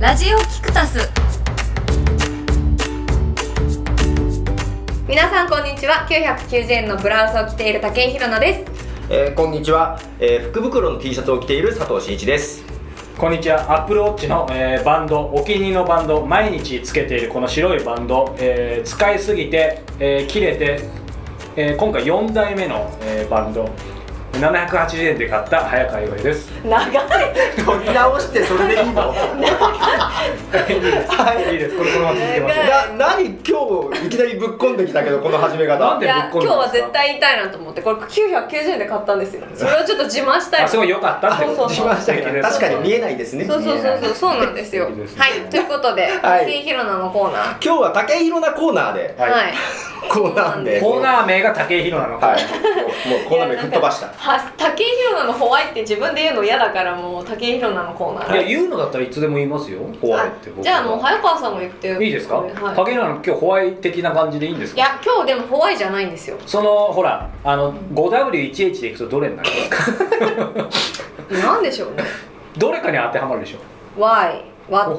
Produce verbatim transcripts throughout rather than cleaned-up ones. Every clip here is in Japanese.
ラジオキクタス。皆さんこんにちは。きゅうひゃくきゅうじゅうえんのブラウスを着ている武井宏奈です。 えー、こんにちは、えー、福袋の T シャツを着ている佐藤真一です。 こんにちは。アップルウォッチの、えー、バンド、お気に入りのバンド、毎日つけているこの白いバンド、えー、使いすぎて、えー、切れて、えー、今回よんだいめの、えー、バンド、ななひゃくはちじゅうえんで買った早川洋平です。 長い。 取り直してそれでいいの？ いいです、はい、いいです。これこのまま続けましょう。 な、何今日いきなりぶっこんできたけどこの始め方。 なんでぶっこんで今日は絶対言いたいなと思ってこれきゅうひゃくきゅうじゅうえんで買ったんですよ。それをちょっと自慢したい。 あ、すごい良かったってこと。 そうそうそう自慢したけど確かに見えないですね。 そうそうそうそうそうなんですよ。はい、ということで、 はい、 武井宏奈のコーナー。 今日は武井宏奈コーナーで、 はい、はい、 コーナーでコーナー名が武井宏奈のコーナー、 はい、もうコーナー名吹っ飛ばした。 は武井宏奈のホワイって自分で言うの嫌だからもう武井宏奈のコーナーで。 いや言うのだったらいつでも言いますよ。ホワイって僕は。 じゃあもう早川さんも言ってよ。 いいですか？ はい、 武井宏奈の今日ホワイ的な感じでいいんですか？ いや今日でもホワイじゃないんですよ。 そのほらあの ごダブリューいちエイチ でいくとどれになりますか？ なんでしょうね。 どれかに当てはまるでしょう。 Why What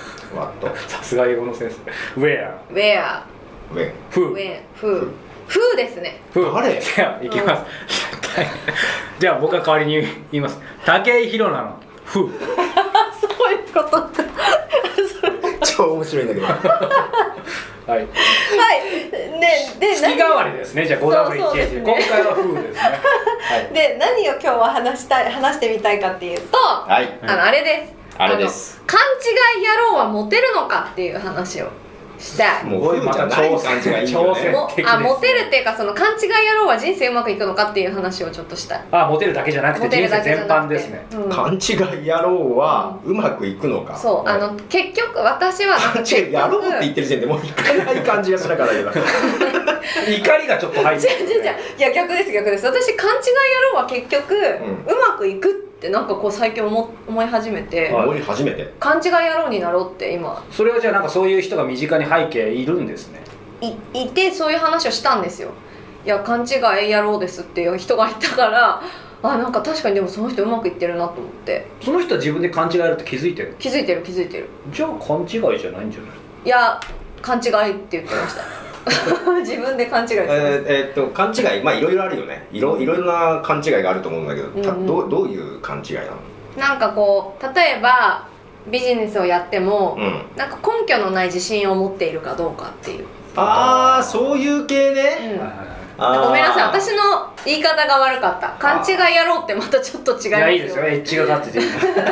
What さすが英語のセンス。 Where Where When Who When Who Who ですね。 Who 誰？ じゃあいきます、うん、じゃあ僕は代わりに言います。武井宏奈の Who そういうこと超面白いんだけどはい、はい、 でで月替わりですね。じゃあ ごダブリューいちエイチ で、ね、今回は Who ですね、はい、 で何を今日は話したい話してみたいかっていうと、 はい、 あのあれですあれです。 勘違い野郎はモテるのかっていう話をしたい。 もうまた挑戦がいいよね。 もあモテるっていうかその勘違い野郎は人生うまくいくのかっていう話をちょっとしたい。 あモテるだけじゃなくて人生全般ですね、 うん、 勘違い野郎はうまくいくのか、うん、 そう、あの結局私は勘違い野郎って言ってる時点でもういかない感じがしながらだけど怒りがちょっと入ってる、 違う違う違う、いや逆です逆です。私勘違い野郎は結局、うん、うまくいくってなんかこう最近 思, 思い始めて思い始めて勘違い野郎になろうって今。 それはじゃあなんかそういう人が身近に背景いるんですね。 い, いてそういう話をしたんですよ。いや勘違い野郎ですっていう人がいたからあなんか確かにでもその人うまくいってるなと思って。その人は自分で勘違いあるって気づいてる？ 気づいてる気づいてる。 じゃあ勘違いじゃないんじゃない？ いや勘違いって言ってました自分で勘違いしてました。 えー、えー、っと勘違いまあいろいろあるよね。いろいろな勘違いがあると思うんだけど、うんうん、ど, どういう勘違いなの？ なんかこう例えばビジネスをやっても、うん、なんか根拠のない自信を持っているかどうかっていう。 ああそういう系ね、 うん、あごめんなさい私の言い方が悪かった。勘違い野郎ってまたちょっと違いますよ。いやいいですよエッジが立ってて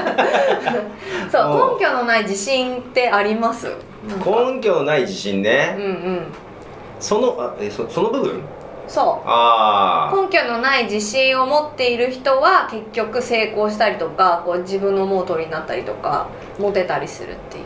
そう根拠のない自信ってあります？ 根拠のない自信ね。 うんうんそのあえ そ, その部分そうあ根拠のない自信を持っている人は結局成功したりとかこう自分の思う通りになったりとかモテたりするっていう。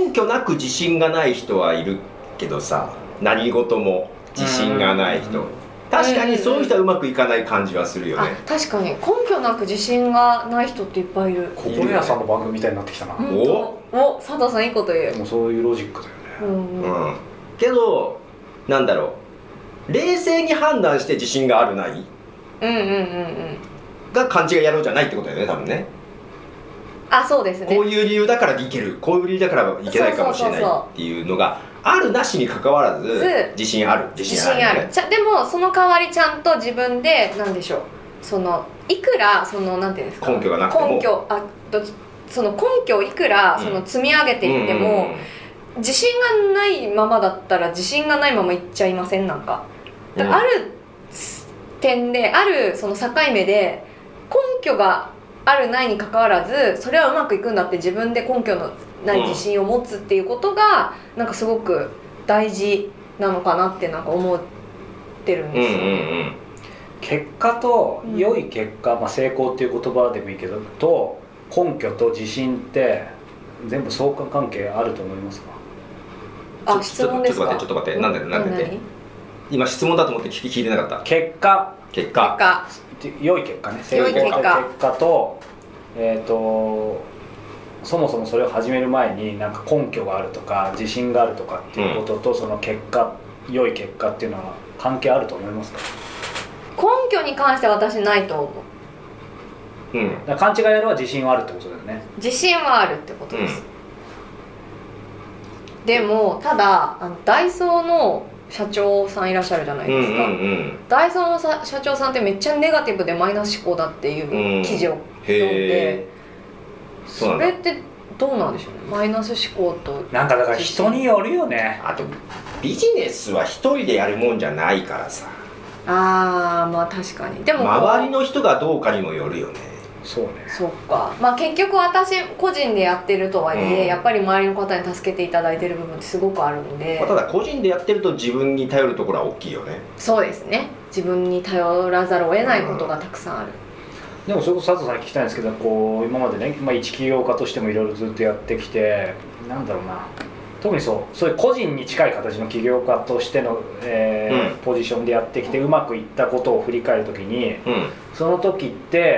根拠なく自信がない人はいるけどさ、何事も自信がない人、うんうん、確かにそういう人はうまくいかない感じはするよね。 あ確かに根拠なく自信がない人っていっぱいいる。 心屋さんの番組みたいになってきたな。 おお佐藤さんいいこと言う。 もうそういうロジックだよね。 うん、 うん、けどなんだろう冷静に判断して自信があるないうんうんうんうんが勘違い野郎じゃないってことだよね多分ね。 あそうですね。 こういう理由だからいけるこういう理由だからいけないかもしれないっていうのがあるなしに関わらず自信ある自信ある、自信あるちゃでもその代わりちゃんと自分でなんでしょうそのいくらそのなんていうんですか根拠がなくても根拠あどその根拠をいくらその積み上げていっても、うんうんうんうん自信がないままだったら自信がないままいっちゃいません？なんかだからある点で、うん、あるその境目で根拠があるないに関わらずそれはうまくいくんだって自分で根拠のない自信を持つっていうことが、うん、なんかすごく大事なのかなってなんか思ってるんですよ、うんうんうん、 結果と良い結果、うんまあ、成功っていう言葉でもいいけどと根拠と自信って全部相関関係あると思いますか？ あ、質問ですか？ ちょっと待ってちょっと待ってなんでなんでって今質問だと思って聞いてなかった。 結果結果良い結果ね良い結果結果とえっとそもそもそれを始める前になんか根拠があるとか自信があるとかっていうことと、うん、その結果良い結果っていうのは関係あると思いますか？ 根拠に関しては私ないと思う、 うん、だから勘違いやるは自信はあるってことだよね。 自信はあるってことです、 でもただあのダイソーの社長さんいらっしゃるじゃないですか、 うんうんうん、 ダイソーのさ社長さんってめっちゃネガティブでマイナス思考だっていう記事を読んで、うん、それってどうなんでしょうね、マイナス思考と。 なんかだから人によるよね。 あとビジネスは一人でやるもんじゃないからさ。 あーまあ確かに。でも周りの人がどうかにもよるよね。 そうね。 そっか。まあ結局私個人でやってるとはいえ、うん、やっぱり周りの方に助けていただいてる部分ってすごくあるんで、 まあ、ただ個人でやってると自分に頼るところは大きいよね。 そうですね、自分に頼らざるを得ないことがたくさんある、 うん、でもそれこそ佐藤さんに聞きたいんですけど、こう今までね、まあ、一起業家としてもいろいろずっとやってきて、なんだろうな、特にそうそういう個人に近い形の起業家としての、えーうん、ポジションでやってきてうまくいったことを振り返るときに、うん、その時って、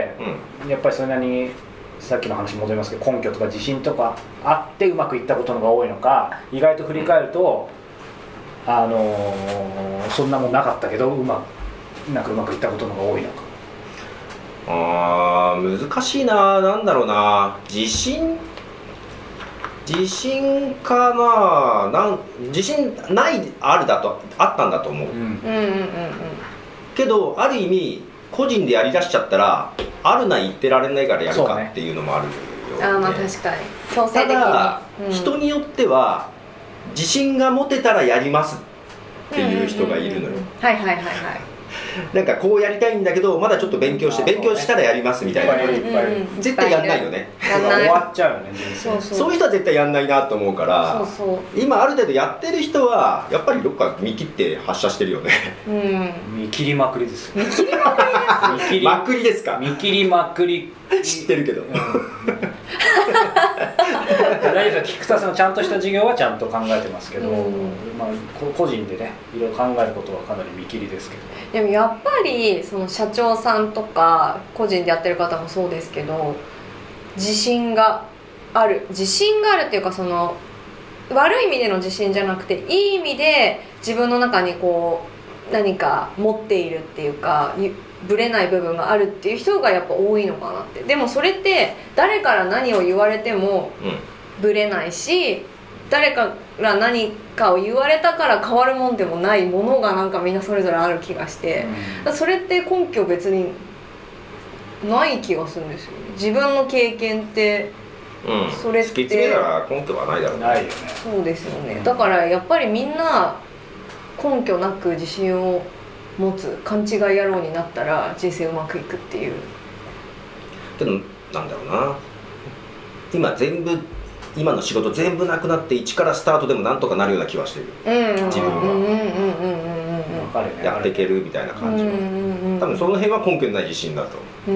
うん、やっぱりそれなりにさっきの話に戻りますけど根拠とか自信とかあってうまくいったことのが多いのか、意外と振り返ると、うん、あのー、そんなもんなかったけどうまくなんかうまくいったことのが多いのか。 あー難しいな、なんだろうな、自信自信かな、なん自信ないあるだとあったんだと思う、うん、うんうんうんうんけどある意味個人でやりだしちゃったらあるな言ってられないからやるかっていうのもあるよ、ね、 あまあ確かに強制的に。 ただ、うん、人によっては自信が持てたらやりますっていう人がいるのよ、 はいはいはいはい。 なんかこうやりたいんだけどまだちょっと勉強して勉強したらやりますみたいな、絶対やんないよね。 やんない終わっちゃうよね。 そうそう、 そういう人は絶対やんないなと思うから、 そうそう、 今ある程度やってる人はやっぱりどっか見切って発射してるよね。 うん、 見切りまくりですよ。 見切りまくりです見まくりですか。 見切りまくり知ってるけど、うん、 大丈夫、菊田さんのちゃんとした事業はちゃんと考えてますけど、うん、まあ、個人でねいろいろ考えることはかなり見切りですけど、 でもやっぱりその社長さんとか個人でやってる方もそうですけど、自信がある自信があるっていうか、その悪い意味での自信じゃなくていい意味で自分の中にこう何か持っているっていうかぶれない部分があるっていう人がやっぱ多いのかなって。でもそれって誰から何を言われてもぶれないし、誰から何かを言われたから変わるもんでもないものがなんかみんなそれぞれある気がして、うん、それって根拠別にない気がするんですよね。自分の経験ってうん、 それって突き詰めたら根拠はないだろうね。 ないよね。 そうですよね。だからやっぱりみんな根拠なく自信を持つ勘違い野郎になったら人生うまくいくっていう。 でもなんだろうな、今全部今の仕事全部なくなって一からスタートでもなんとかなるような気はしてる、うん、自分はやっていけるみたいな感じは、多分その辺は根拠のない自信だと。 うん、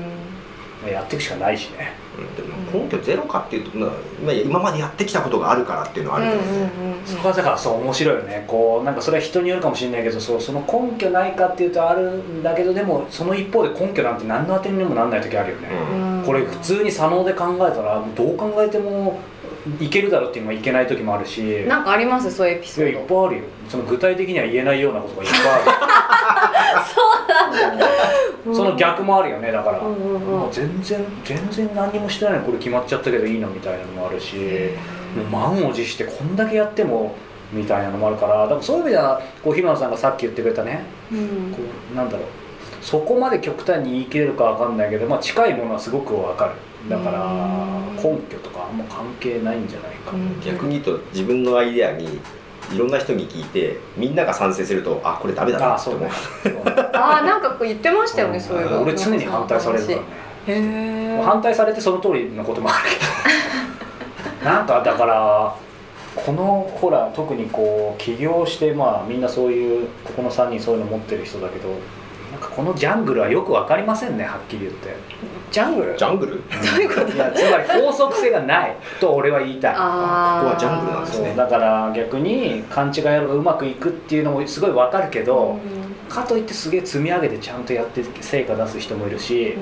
やっていくしかないしね。 でも根拠ゼロかっていうと、まあ、今までやってきたことがあるからっていうのはあるけど、ね、 そこはだからそう面白いよね。こうなんかそれは人によるかもしれないけど、そうその根拠ないかっていうとあるんだけど、でもその一方で根拠なんて何の当てにもならない時あるよね、うん、これ普通に左脳で考えたらどう考えてもいけるだろうっていうのはいけない時もあるし。 なんかあります？そういうエピソード。 いやいっぱいあるよ。その具体的には言えないようなことがいっぱいあるそうなんだ、 うん、その逆もあるよね。だから、うんうんうん、もう全然全然何もしてないのにこれ決まっちゃったけどいいのみたいなのもあるし、もう満を持してこんだけやってもみたいなのもあるから、だからそういう意味ではこう日村さんがさっき言ってくれたね、うん、こうなんだろう、そこまで極端に言い切れるかわかんないけど、まあ、近いものはすごくわかる。だから根拠とかあんま関係ないんじゃないか、うん、 逆に言うと自分のアイデアにいろんな人に聞いてみんなが賛成すると、あこれダメだなって思う。 ああなんかこう言ってましたよね、うん、そういうの。 俺常に反対されるからね。へー、反対されてその通りのこともあるけどなんかだからこのほら特にこう起業してまあみんなそういうここのさんにんそういうの持ってる人だけど、なんかこのジャングルはよく分かりませんね、はっきり言って。 ジャングル？ ジャングル？ どういうこと？ いやつまり法則性がないと俺は言いたい。 あここはジャングルなんですね。 だから逆に勘違いやるがうまくいくっていうのもすごい分かるけど、うん、かといってすげえ積み上げてちゃんとやって成果出す人もいるし、うん、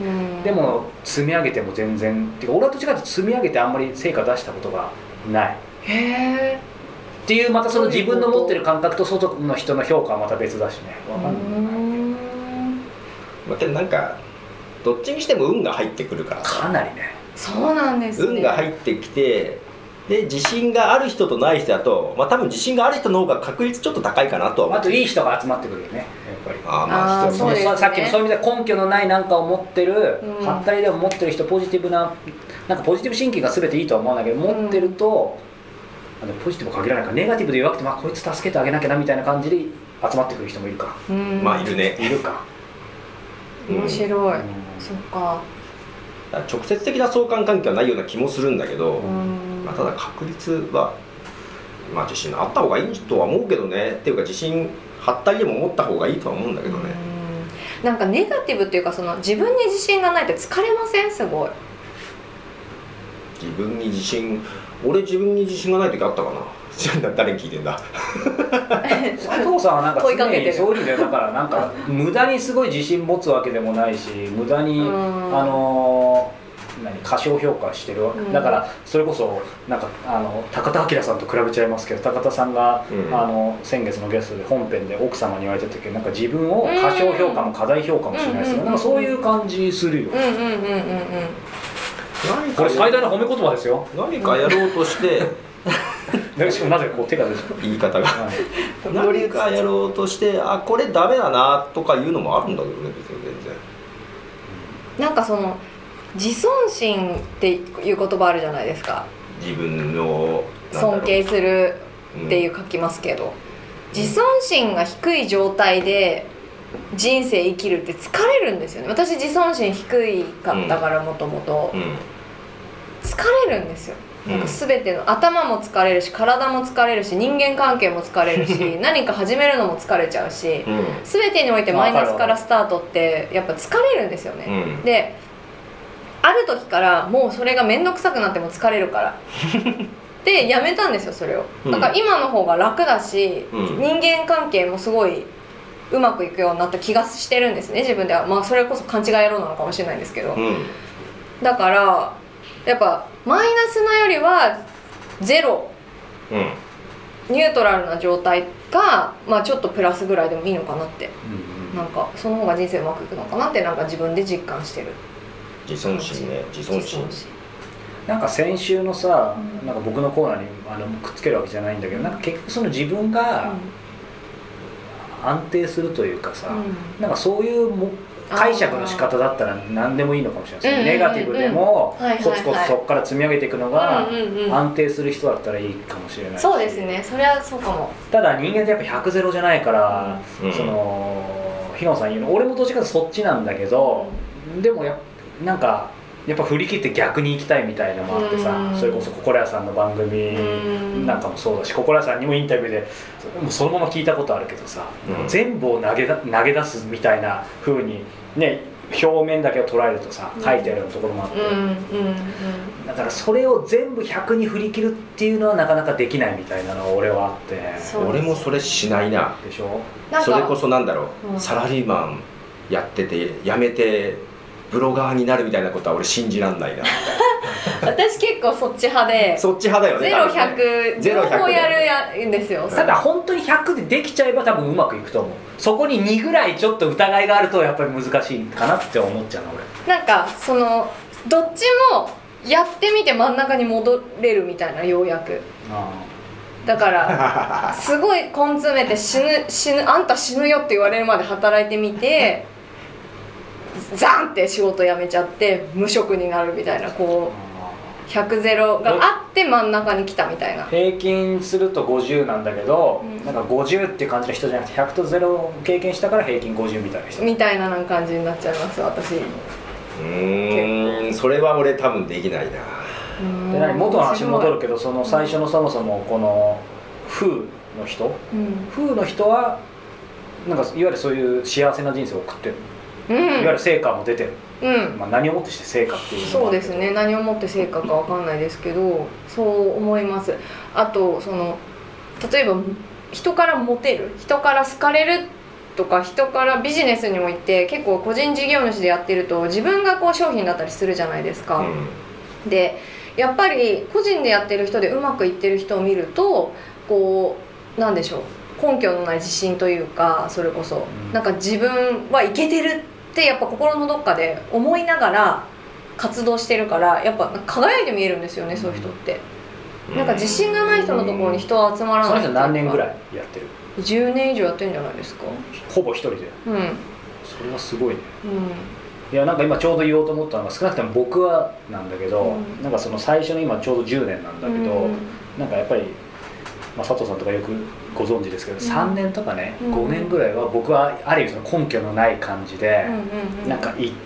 でも積み上げても全然っていうか、俺はどっちかというと積み上げてあんまり成果出したことがない。 へーっていう、またその自分の持ってる感覚と外の人の評価はまた別だしね。分かんない。 まあ、けどなんかどっちにしても運が入ってくるからかなりね。 そうなんですね。 運が入ってきてで自信がある人とない人だと、まあ、多分自信がある人の方が確率ちょっと高いかなとは思う。 あといい人が集まってくるよねやっぱり。 あまああそうですね、 さっきのそういう意味で根拠のないなんかを持ってる、 うん、 はったりでも持ってる人、ポジティブななんかポジティブシンキングが全ていいとは思うんだけど、持ってると、うん、ポジティブ限らないからネガティブで弱くて、まあ、こいつ助けてあげなきゃなみたいな感じで集まってくる人もいるか、 うん、 まあいるね、 いるか。 面白い、うん、そっか。 直接的な相関関係はないような気もするんだけど、 うんまあ、ただ確率は、まあ、自信あった方がいいとは思うけどね。っていうか自信はったりでも持った方がいいとは思うんだけどね。 うんなんかネガティブっていうかその自分に自信がないって疲れません？すごい。 自分に自信、俺自分に自信がない時あったかな。誰に聞いてんだ佐藤さんはなんか常にそういう意味でだからなんか無駄にすごい自信持つわけでもないし、無駄にあの何過小評価してるわけ、うん、だからそれこそなんかあの高田明さんと比べちゃいますけど、高田さんが、うん、あの先月のゲストで本編で奥様に言われた時なんか自分を過小評価も過大評価もしないですけど、なんかそういう感じするよ。 うんうんうんうんうん。 これ最大の褒め言葉ですよ。 何かやろうとしてしかもなぜこう手が出てる言い方が、はい、何かやろうとしてあこれダメだなとかいうのもあるんだけどね、別に全然。 なんかその自尊心っていう言葉あるじゃないですか。 自分の尊敬するっていう書きますけど、うん、自尊心が低い状態で人生生きるって疲れるんですよね。私自尊心低いかったからもともと疲れるんですよ。なんか全ての頭も疲れるし、体も疲れるし、人間関係も疲れるし何か始めるのも疲れちゃうし、うん、全てにおいてマイナスからスタートってやっぱ疲れるんですよね、うん、である時からもうそれが面倒くさくなっても疲れるからでやめたんですよそれを。だから今の方が楽だし、うん、人間関係もすごいうまくいくようになった気がしてるんですね自分では。まあそれこそ勘違い野郎なのかもしれないんですけど、うん、だからやっぱマイナスなよりはゼロ、うん、ニュートラルな状態か、まあ、ちょっとプラスぐらいでもいいのかなって、うんうん、なんかその方が人生うまくいくのかなってなんか自分で実感してる。 自尊心ね、自尊心。 なんか先週のさ、うん、なんか僕のコーナーにあのくっつけるわけじゃないんだけど、なんか結局その自分が安定するというかさ、うん、なんかそういうも解釈の仕方だったら何でもいいのかもしれないですね、うんうんうんうん、ネガティブでもコツコツそこから積み上げていくのが安定する人だったらいいかもしれないし、 そうですね、それはそうかも。 ただ人間ってやっぱひゃくゼロじゃないから、うん、その日野さん言うの俺もどっちかというとそっちなんだけど、うん、でもやなんかやっぱ振り切って逆に行きたいみたいなのもあってさ、うん、それこそ心屋さんの番組なんかもそうだし、心屋さんにもインタビューでもうそのまま聞いたことあるけどさ、うん、全部を投げだ投げ出すみたいな風にね、表面だけを捉えるとさ書いてあるようなところもあって、うんうんうん、だからそれを全部ひゃくに振り切るっていうのはなかなかできないみたいなのが俺はあって、 俺もそれしないな。 でしょ。 それこそなんだろう、うん、サラリーマンやってて辞めてブロガーになるみたいなことは俺信じらんないな私結構そっち派で、 そっち派だよね。 ゼロひゃく両方やるやんですよ。 ただ本当にひゃくでできちゃえば多分うまくいくと思う。そこににぐらいちょっと疑いがあるとやっぱり難しいかなって思っちゃうの俺。 なんかそのどっちもやってみて真ん中に戻れるみたいな、ようやく。あだからすごい根詰めて死ぬ死ぬあんた死ぬよって言われるまで働いてみてザンって仕事辞めちゃって無職になるみたいな、こうひゃくゼロがあって真ん中に来たみたいな。 平均するとごじゅうなんだけど、うん、なんかごじゅうっていう感じの人じゃなくてひゃくとゼロを経験したから平均ごじゅうみたいな人みたいな感じになっちゃいます私。うーん、それは俺多分できないな。 で何元の話に戻るけど、その最初のそもそもこの風の人、うん、風の人はなんかいわゆるそういう幸せな人生を送ってる、うん、いわゆる成果も出てる、うんまあ、何をもってして成果っていうのそうですね、何をもって成果かわかんないですけどそう思います。あとその例えば人からモテる、人から好かれるとか、人からビジネスにも行って結構個人事業主でやってると自分がこう商品だったりするじゃないですか、うん、でやっぱり個人でやってる人でうまくいってる人を見るとこうなんでしょう、根拠のない自信というか、それこそ、うん、なんか自分はいけてるってやっぱ心のどっかで思いながら活動してるからやっぱ輝いて見えるんですよね、そういう人って。 なんか自信がない人のところに人は集まらない。 その人何年ぐらいやってる？ じゅうねん以上やってるんじゃないですか。 ほぼ一人で。 うん。 それはすごいね。 うん。 いやなんか今ちょうど言おうと思ったのが、少なくとも僕はなんだけど、うん、なんかその最初の今ちょうどじゅうねんなんだけど、うん、なんかやっぱり、まあ、佐藤さんとかよくご存知ですけど、うん、さんねんとかね、うん、ごねんぐらいは僕はある意味その根拠のない感じで、うん、なんか行って、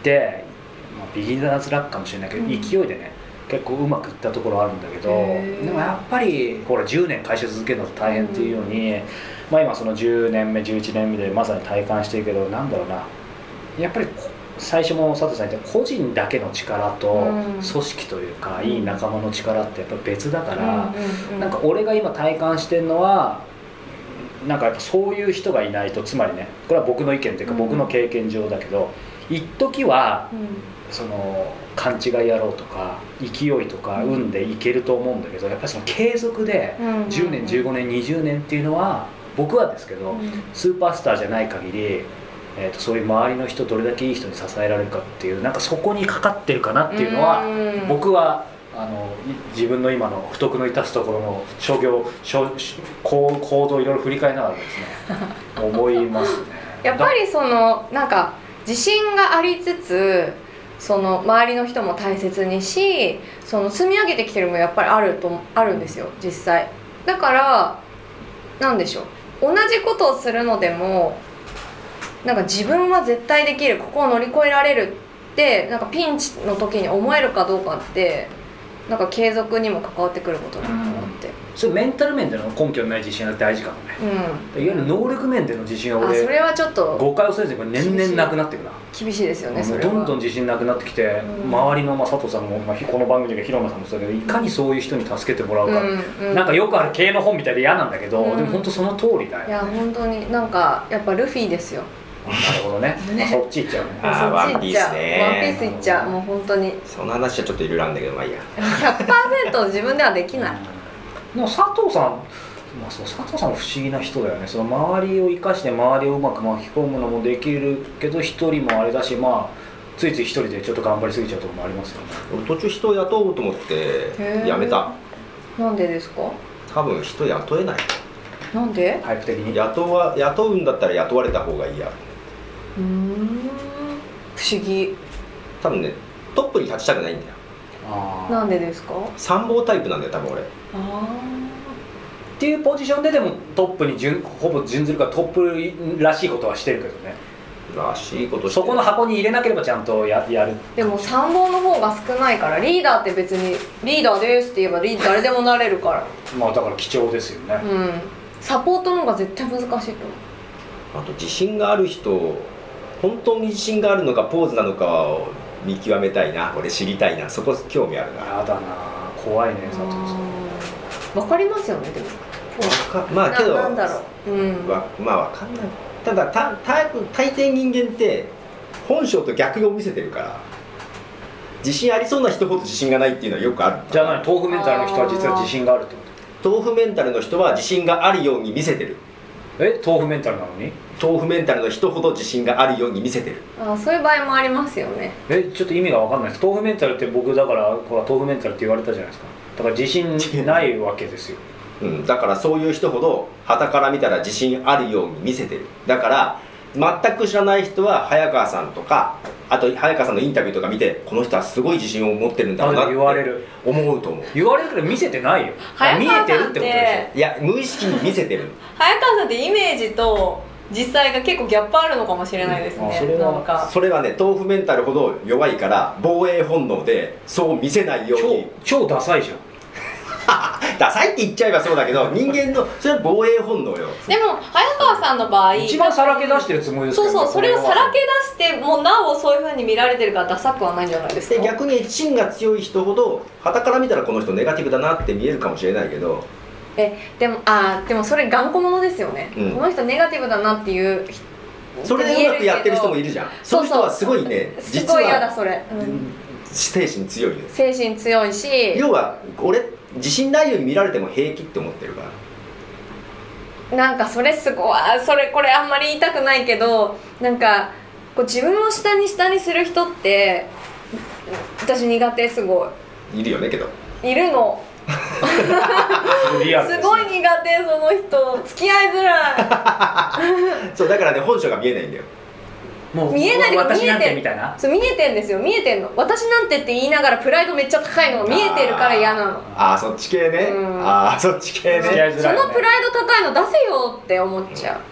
まあ、ビギナーズラックかもしれないけど、うん、勢いでね結構うまくいったところあるんだけど、でもやっぱりほらじゅうねん会社続けるのって大変っていうように、うん、まあ今そのじゅうねんめじゅういちねんめでまさに体感してるけど、なんだろうな、やっぱり最初も佐藤さん言った個人だけの力と組織というか、うん、いい仲間の力ってやっぱ別だから、うんうんうん、なんか俺が今体感してるのはなんかやっぱそういう人がいないと、つまりねこれは僕の意見というか僕の経験上だけど、一時は、うん、その勘違いやろうとか勢いとか運でいけると思うんだけど、やっぱりその継続でじゅうねんじゅうごねんにじゅうねんっていうのは僕はですけど、うん、スーパースターじゃない限りえー、とそういう周りの人どれだけいい人に支えられるかっていう、なんかそこにかかってるかなっていうのは、僕はあの自分の今の不徳の致すところの商業行動をいろいろ振り返りながらですね思いますね。 やっぱりそのなんか自信がありつつ、その周りの人も大切にし、その積み上げてきてるのもやっぱりあるとあるんですよ実際。だからなんでしょう、同じことをするのでもなんか自分は絶対できる、ここを乗り越えられるってなんかピンチの時に思えるかどうかってなんか継続にも関わってくることなのかなって、うん、 それメンタル面での根拠のない自信が大事かもね、うん、いわゆる能力面での自信は俺あそれはちょっと誤解をせずにこれ年々なくなっていくな。 厳しいですよねそれは。 どんどん自信なくなってきて、うん、周りの、まあ、佐藤さんも、まあ、この番組で広間さんもそうだけど、いかにそういう人に助けてもらうか、うんうん、なんかよくある経営の本みたいで嫌なんだけど、うん、でも本当その通りだよ。 いや本当になんかやっぱルフィですよ。 なるほどね。ね、そっち行っちゃうね。 あワンピースね。 ワンピース行っちゃう。もう本当に。 その話はちょっといろいろあるんだけど、まあいいや。 ひゃくパーセント 自分ではできない。 でも佐藤さん、まあそう佐藤さんも不思議な人だよね。その周りを生かして周りをうまく巻き込むのもできるけど、一人もあれだし、まあついつい一人でちょっと頑張りすぎちゃうところもありますよね。 俺途中人を雇おうと思ってやめた。 なんでですか？ 多分人雇えない。 なんで？ タイプ的に。 雇わ雇うんだったら雇われた方がいいや。 うーん不思議。 多分ねトップに立ちたくないんだよ。 あなんでですか？ 参謀タイプなんだよ多分俺。 あっていうポジションででもトップに準ほぼ準ずるからトップらしいことはしてるけどね。 らしいことしてそこの箱に入れなければちゃんと や, やる。 でも参謀の方が少ないから、リーダーって別にリーダーですって言えばリーダー誰でもなれるからまあだから貴重ですよね。 うんサポートの方が絶対難しいと思う。 あと自信がある人、本当に自信があるのかポーズなのかを見極めたいな。俺知りたいな。そこ興味あるな。 やだな怖いね佐藤さん。 わかりますよねでも。 まあけどな, なんだろう、うん、 わまあわかんない。ただたた大抵人間って本性と逆を見せてるから、自信ありそうな人ほど自信がないっていうのはよくある。 じゃあ何、豆腐メンタルの人は実は自信があるってこと？ 豆腐メンタルの人は自信があるように見せてる。 え豆腐メンタルなのに？ 豆腐メンタルの人ほど自信があるように見せてる。 あそういう場合もありますよね。 えちょっと意味が分かんないです。豆腐メンタルって僕だからほら豆腐メンタルって言われたじゃないですか。だから自信ないわけですようん、だからそういう人ほど傍から見たら自信あるように見せてる。だから全く知らない人は早川さんとか、あと早川さんのインタビューとか見て、この人はすごい自信を持ってるんだろうなって思うと思う。 言われるけど見せてないよ。見えてるってことでしょ。 いや無意識に見せてる早川さんってイメージと実際が結構ギャップあるのかもしれないですね、うん、 それはなんかそれはね豆腐メンタルほど弱いから防衛本能でそう見せないように。 超、超ダサいじゃんダサいって言っちゃえばそうだけど、人間のそれは防衛本能よ。 でも早川さんの場合一番さらけ出してるつもりですから、ね、 そうそう、それをさらけ出してもうなおそういう風に見られてるからダサくはないんじゃないですか。 で逆に芯が強い人ほど傍から見たらこの人ネガティブだなって見えるかもしれないけど、 えでもあでもそれ頑固者ですよね、うん、この人ネガティブだなっていうそれでうまくやってる人もいるじゃん。そういう人はすごいね、 実はすごい嫌だそれ、うん、 精神強いよ。 精神強いし、 要は俺自信ないように見られても平気って思ってるから。 なんかそれすごいそれこれあんまり言いたくないけど、なんかこう自分を下に下にする人って私苦手。すごいいるよね。けどいるのリアルですね、 すごい苦手その人付き合いづらいそうだからね本性が見えないんだよ。 もう見えないけど私なん見えててみたいな。 そう見えてんですよ、見えてんの。私なんてって言いながらプライドめっちゃ高いのが見えてるから嫌なの。 あーあーそっち系ね、 うん、 ああそっち系付き合いね。 づらいよねそのプライド高いの出せよって思っちゃう、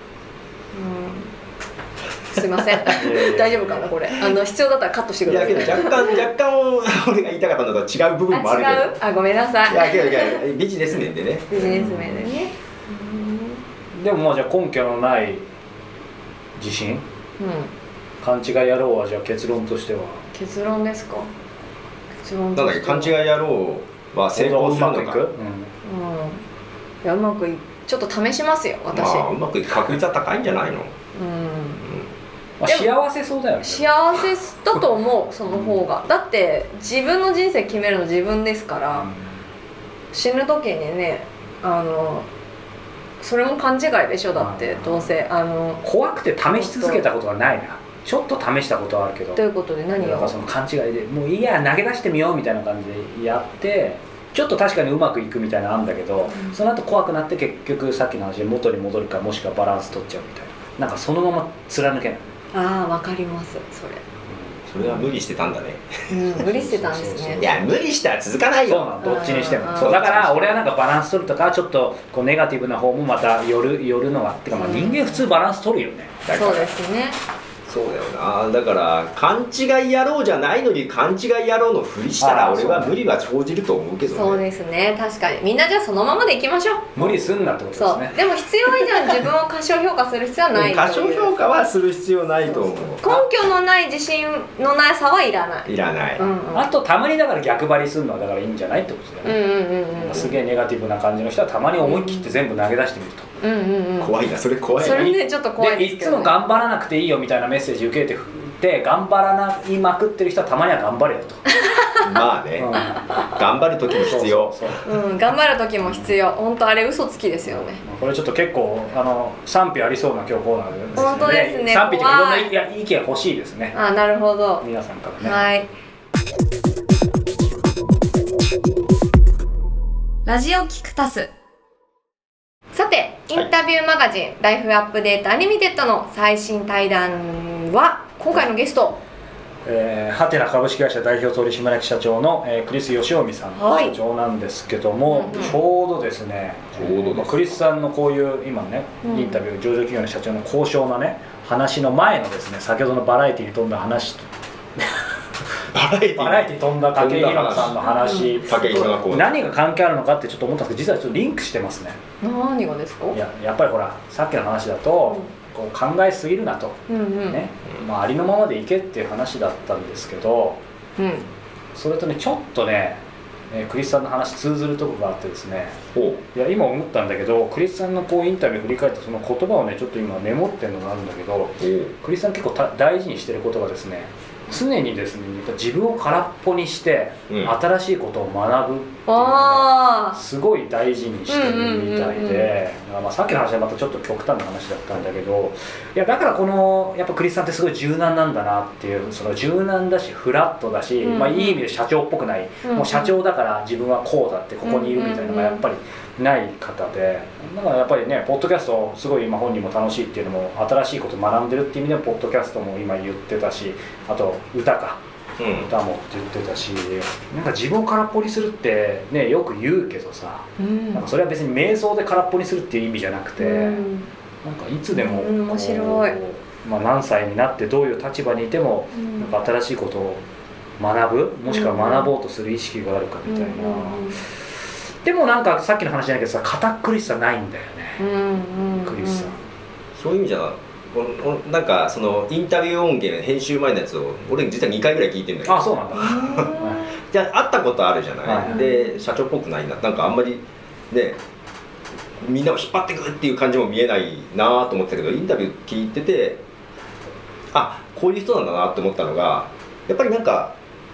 うん、すいません大丈夫かなこれ、あの必要だったらカットしてくいやださい。 けど若干若干俺が言いたかったのとは違う部分もあるけど。 あ違う、あごめんなさい。 いやけどいやビジネス面でね。 ビジネス面でね、 うん、でもまあじゃあ根拠のない自信、 うん、 勘違い野郎はじゃあ結論としては結論ですか。結論なんだっけ勘違い野郎は成功するのか。 うまくいく、うん、 うん、いやうまくいちょっと試しますよ私、 まあうまくいく確率は高いんじゃないの。 うん、 まあ、幸せそうだよね。 幸せだと思うその方が。だって自分の人生決めるの自分ですから、うん、死ぬ時にね、あのそれも勘違いでしょ。だってどうせあの怖くて試し続けたことはないな。ちょっと試したことはあるけど。 ということで何をその勘違いでもういいや投げ出してみようみたいな感じでやってちょっと確かにうまくいくみたいなのあるんだけど、うん、その後怖くなって結局さっきの話で元に戻るかもしくはバランス取っちゃうみたいな、なんかそのまま貫けない。 ああわかりますそれ。 それは無理してたんだね、 うん、無理してたんですね。 いや無理したら続かないよ。 そうなのどっちにしても。そうだから俺はなんかバランス取るとかちょっとこうネガティブな方もまた寄る寄るのがってか、まあ人間普通バランス取るよね。 だからそうですね。 そうだよな。だから勘違い野郎じゃないのに勘違い野郎のふりしたら俺は無理は生じると思うけどね。 そうですね確かに。みんなじゃあそのままでいきましょう。 無理すんなってことですね。 そうでも必要以上に自分を過小評価する必要はないという過小評価はする必要ないと思う。 根拠のない自信のなさはいらない。 いらない、 うんうん、 あとたまにだから逆張りするのはだからいいんじゃないってことだよね、 うんうんうんうん、 すげえネガティブな感じの人はたまに思い切って全部投げ出してみると、 うんうんうん、 怖いなそれ怖いな。 それねちょっと怖いですけど、ね、 でいつも頑張らなくていいよみたいなメッセージ受けてで頑張らないまくってる人はたまには頑張れよとまあね、うん、頑張る時も必要。 そうそうそう、うん、頑張る時も必要。本当あれ嘘つきですよね。 これちょっと結構あの賛否ありそうな今日コーナーですね。 本当ですね。 賛否とかいろんな意見意見欲しいですね。 あなるほど。 皆さんからね。 はい。ラジオキクタス。さてインタビューマガジン、はい、ライフアップデートアニメテッドの最新対談は今回のゲスト、 えー、ハテナ株式会社代表取締役社長の、えー、クリス義臣さん、はい、社長なんですけども、うんうん、ちょうどですねちょうどです、 まあ、クリスさんのこういう今ね、うん、インタビュー上場企業の社長の高尚なね話の前のですね先ほどのバラエティに富んだ話バラエティバラエティ飛んだ武井宏さんの話、うん、何が関係あるのかってちょっと思ったんですけど実はちょっとリンクしてますね。 何がですか？ いや、やっぱりほらさっきの話だと、うん、こう考えすぎるなと、うんうんねまあ、ありのままでいけっていう話だったんですけど、うん、それとねちょっとね、えー、クリスさんの話通ずるところがあってですねいや今思ったんだけどクリスさんのこうインタビュー振り返ったその言葉をねちょっと今メモってるのがあるんだけどクリスさん結構た大事にしてる言葉ですね。常にですね自分を空っぽにして、うん、新しいことを学ぶっていうのを、ね、すごい大事にしてるみたいで、まあさっきの話はまたちょっと極端な話だったんだけどいやだからこのやっぱクリスさんってすごい柔軟なんだなっていうその柔軟だしフラットだし、うんうんまあ、いい意味で社長っぽくない、うんうん、もう社長だから自分はこうだってここにいるみたいなのがやっぱりない方でだからやっぱりねポッドキャストすごい今本人も楽しいっていうのも新しいことを学んでるっていう意味でもポッドキャストも今言ってたしあと歌か、うん、歌もって言ってたしなんか自分を空っぽにするってねよく言うけどさ、うん、なんかそれは別に瞑想で空っぽにするっていう意味じゃなくて、うん、なんかいつでも、うん、面白い、まあ、何歳になってどういう立場にいても、うん、なんか新しいことを学ぶもしくは学ぼうとする意識があるかみたいな、うんうんでもなんかさっきの話じゃないけどさ堅苦しさないんだよね、うんうんうん、クリスさんそういう意味じゃなんかそのインタビュー音源編集前のやつを俺実はにかいぐらい聞いてるんだけどあそうなんだじゃあ会ったことあるじゃない、はい、で社長っぽくないななんかあんまりねみんなを引っ張ってくっていう感じも見えないなと思ってたけどインタビュー聞いててあこういう人なんだなって思ったのがやっぱりなんか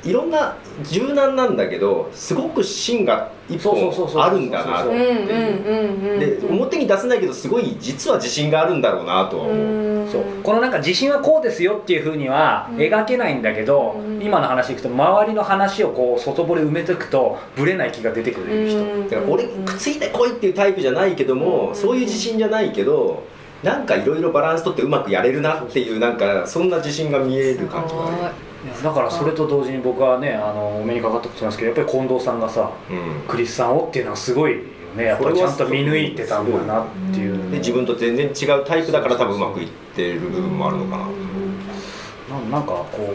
いろんな柔軟なんだけどすごく芯が一本あるんだなっていうで表に出せないけどすごい実は自信があるんだろうなとは思う。 そうこのなんか自信はこうですよっていうふうには描けないんだけど、うん、今の話いくと周りの話をこう外堀埋めていくとブレない気が出てくる人、 うん、だから俺くっついてこいっていうタイプじゃないけども、うん、そういう自信じゃないけどなんかいろいろバランス取ってうまくやれるなっていうなんかそんな自信が見える感じがある。 だからそれと同時に僕はねあのお目にかかったことなんですけどやっぱり近藤さんがさ、うん、クリスさんをっていうのはすごいよね。やっぱりちゃんと見抜いてたんだなっていう、 で自分と全然違うタイプだから多分うまくいってる部分もあるのかな。 な, なんかこう、うん、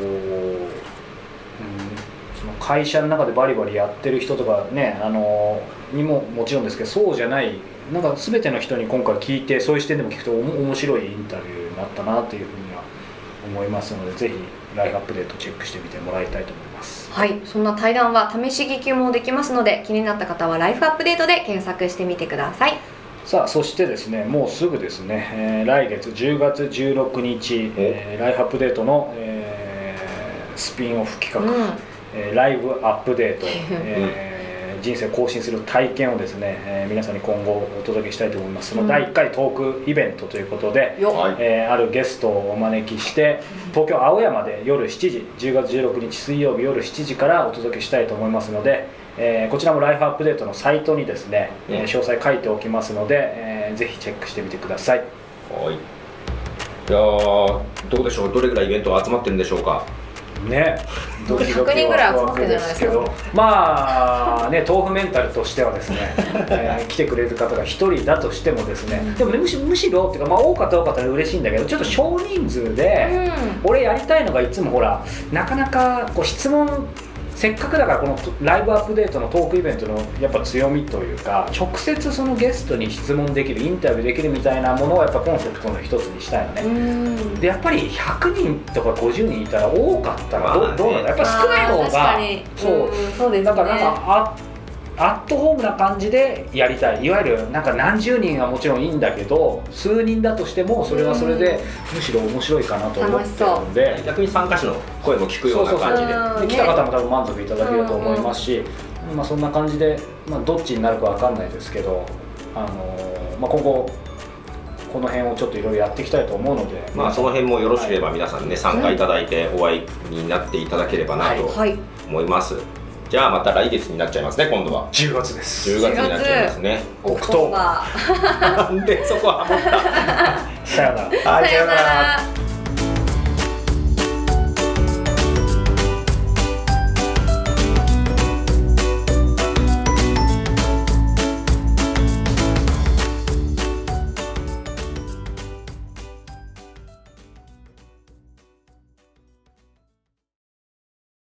その会社の中でバリバリやってる人とかねあのにももちろんですけどそうじゃないなんか全ての人に今回聞いてそういう視点でも聞くとおも面白いインタビューになったなというふうには思いますのでぜひライフアップデートチェックしてみてもらいたいと思います。 はい、そんな対談は試し聞きもできますので気になった方はライフアップデートで検索してみてください。 さあそしてですねもうすぐですね、えー、来月じゅうがつじゅうろくにち、えー、ライフアップデートの、えー、スピンオフ企画、うんえー、ライブアップデート、えー人生を更新する体験をですね、えー、皆さんに今後お届けしたいと思います。そのだいいっかいトークイベントということで、うんえー、あるゲストをお招きして東京青山で夜しちじじゅうがつじゅうろくにち水曜日夜しちじからお届けしたいと思いますので、えー、こちらもライフアップデートのサイトにですね、うん、詳細書いておきますので、えー、ぜひチェックしてみてください。 はい。いやーどうでしょうどれぐらいイベント集まってるんでしょうかね、 ひゃくにんぐらい集まってるじゃないですか。 まあね豆腐メンタルとしてはですね、えー、来てくれる方がひとりだとしてもですねでもねむしむしろっていうか、まあ、多かった多かったら嬉しいんだけどちょっと少人数で、うん、俺やりたいのがいつもほらなかなかこう質問せっかくだからこのライブアップデートのトークイベントのやっぱ強みというか直接そのゲストに質問できるインタビューできるみたいなものをやっぱコンセプトの一つにしたいのね。でやっぱりひゃくにんとかごじゅうにんいたら多かったら ど,、まあね、どうなんだやっぱ少ない方がそう、 そうですね、 だからなんかあアットホームな感じでやりたいいわゆるなんか何十人はもちろんいいんだけど数人だとしてもそれはそれでむしろ面白いかなと思ってるんで逆に参加者の声も聞くような感じ で, そうそうそうで来た方も多分満足いただけると思いますし、まあ、そんな感じで、まあ、どっちになるか分かんないですけど、あのーまあ、今後この辺をちょっといろいろやっていきたいと思うので、 まあ、その辺もよろしければ皆さんね、はい、参加いただいてお会いになっていただければなと思います、はいはい。じゃあまた来月になっちゃいますね今度はじゅうがつですじゅうがつになっちゃいますねオクトーバーなんでそこは思ったさよならはいさよなら。